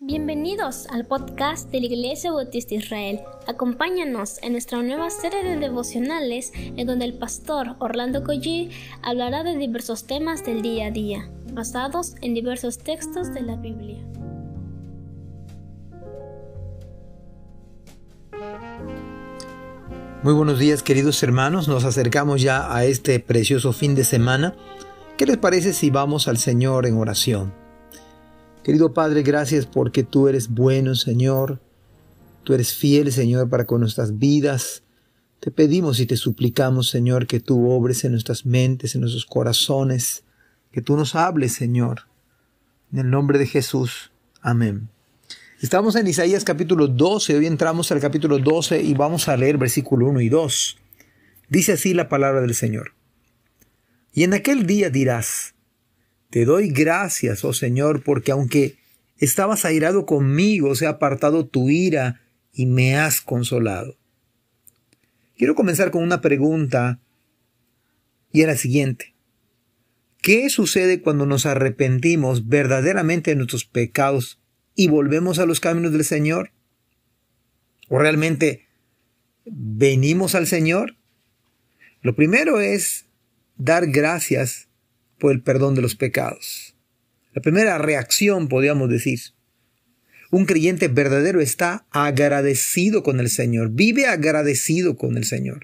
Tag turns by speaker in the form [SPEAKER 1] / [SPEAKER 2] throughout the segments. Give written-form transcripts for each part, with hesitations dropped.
[SPEAKER 1] Bienvenidos al podcast de la Iglesia Bautista Israel. Acompáñanos en nuestra nueva serie de devocionales en donde el pastor Orlando Collie hablará de diversos temas del día a día, basados en diversos textos de la Biblia.
[SPEAKER 2] Muy buenos días, queridos hermanos. Nos acercamos ya a este precioso fin de semana. ¿Qué les parece si vamos al Señor en oración? Querido Padre, gracias porque tú eres bueno, Señor. Tú eres fiel, Señor, para con nuestras vidas. Te pedimos y te suplicamos, Señor, que tú obres en nuestras mentes, en nuestros corazones. Que tú nos hables, Señor. En el nombre de Jesús. Amén. Estamos en Isaías capítulo 12. Hoy entramos al capítulo 12 y vamos a leer versículo 1 y 2. Dice así la palabra del Señor. Y en aquel día dirás: te doy gracias, oh Señor, porque aunque estabas airado conmigo, se ha apartado tu ira y me has consolado. Quiero comenzar con una pregunta, y es la siguiente. ¿Qué sucede cuando nos arrepentimos verdaderamente de nuestros pecados y volvemos a los caminos del Señor? ¿O realmente venimos al Señor? Lo primero es dar gracias por el perdón de los pecados. La primera reacción, podríamos decir. Un creyente verdadero está agradecido con el Señor, vive agradecido con el Señor.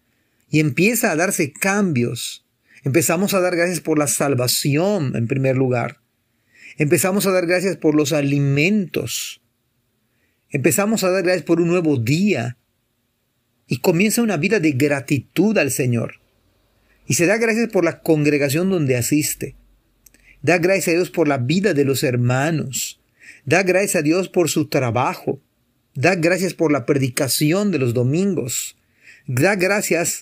[SPEAKER 2] Y empieza a darse cambios. Empezamos a dar gracias por la salvación, en primer lugar. Empezamos a dar gracias por los alimentos. Empezamos a dar gracias por un nuevo día. Y comienza una vida de gratitud al Señor. Y se da gracias por la congregación donde asiste. Da gracias a Dios por la vida de los hermanos. Da gracias a Dios por su trabajo. Da gracias por la predicación de los domingos. Da gracias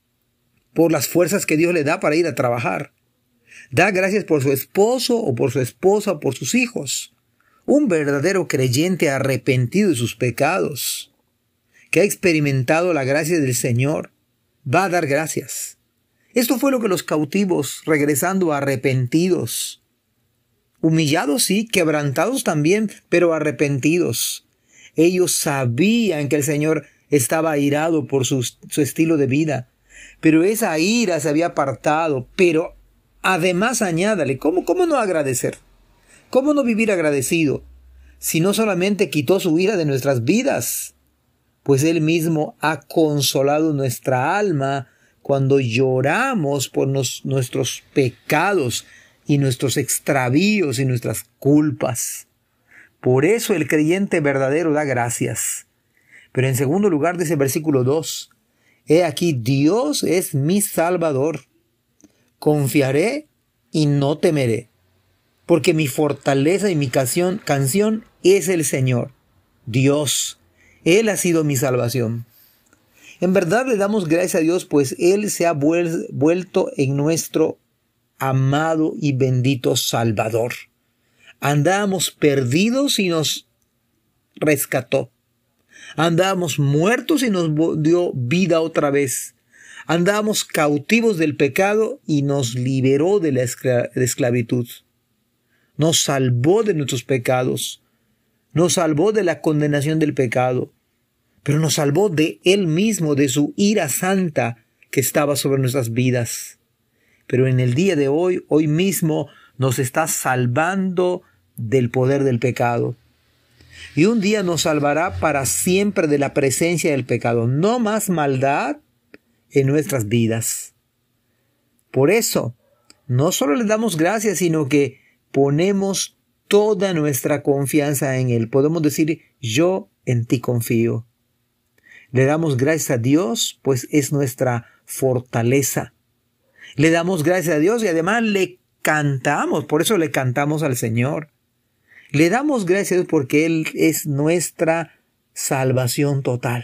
[SPEAKER 2] por las fuerzas que Dios le da para ir a trabajar. Da gracias por su esposo o por su esposa o por sus hijos. Un verdadero creyente arrepentido de sus pecados, que ha experimentado la gracia del Señor, va a dar gracias. Esto fue lo que los cautivos, regresando arrepentidos, humillados sí, quebrantados también, pero arrepentidos. Ellos sabían que el Señor estaba airado por su estilo de vida, pero esa ira se había apartado. Pero además añádale, ¿cómo no agradecer? ¿Cómo no vivir agradecido? Si no solamente quitó su ira de nuestras vidas, pues Él mismo ha consolado nuestra alma cuando lloramos por nuestros pecados y nuestros extravíos y nuestras culpas. Por eso el creyente verdadero da gracias. Pero en segundo lugar dice el versículo 2, he aquí Dios es mi Salvador. Confiaré y no temeré, porque mi fortaleza y mi canción es el Señor. Dios, Él ha sido mi salvación. En verdad le damos gracias a Dios, pues Él se ha vuelto en nuestro amado y bendito Salvador. Andábamos perdidos y nos rescató. Andábamos muertos y nos dio vida otra vez. Andábamos cautivos del pecado y nos liberó de la esclavitud. Nos salvó de nuestros pecados. Nos salvó de la condenación del pecado. Pero nos salvó de Él mismo, de su ira santa que estaba sobre nuestras vidas. Pero en el día de hoy mismo, nos está salvando del poder del pecado. Y un día nos salvará para siempre de la presencia del pecado. No más maldad en nuestras vidas. Por eso, no solo le damos gracias, sino que ponemos toda nuestra confianza en Él. Podemos decir, yo en ti confío. Le damos gracias a Dios, pues es nuestra fortaleza. Le damos gracias a Dios y además le cantamos, por eso le cantamos al Señor. Le damos gracias a Dios porque Él es nuestra salvación total.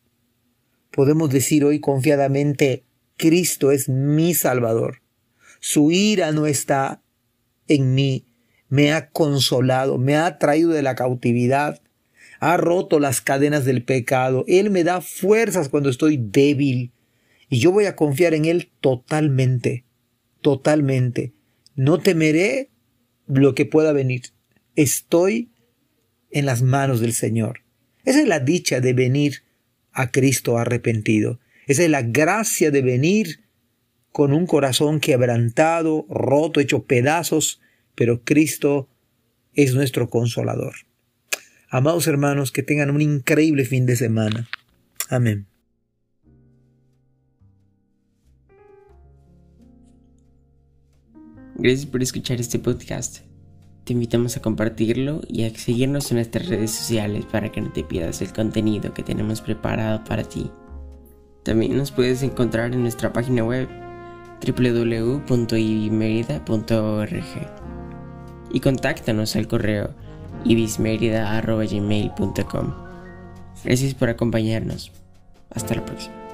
[SPEAKER 2] Podemos decir hoy confiadamente, Cristo es mi Salvador. Su ira no está en mí, me ha consolado, me ha traído de la cautividad. Ha roto las cadenas del pecado. Él me da fuerzas cuando estoy débil. Y yo voy a confiar en Él totalmente. Totalmente. No temeré lo que pueda venir. Estoy en las manos del Señor. Esa es la dicha de venir a Cristo arrepentido. Esa es la gracia de venir con un corazón quebrantado, roto, hecho pedazos, pero Cristo es nuestro consolador. Amados hermanos, que tengan un increíble fin de semana. Amén.
[SPEAKER 3] Gracias por escuchar este podcast. Te invitamos a compartirlo y a seguirnos en nuestras redes sociales para que no te pierdas el contenido que tenemos preparado para ti. También nos puedes encontrar en nuestra página web www.ibismerida.org y contáctanos al correo ibismerida@gmail.com. Gracias por acompañarnos. Hasta la próxima.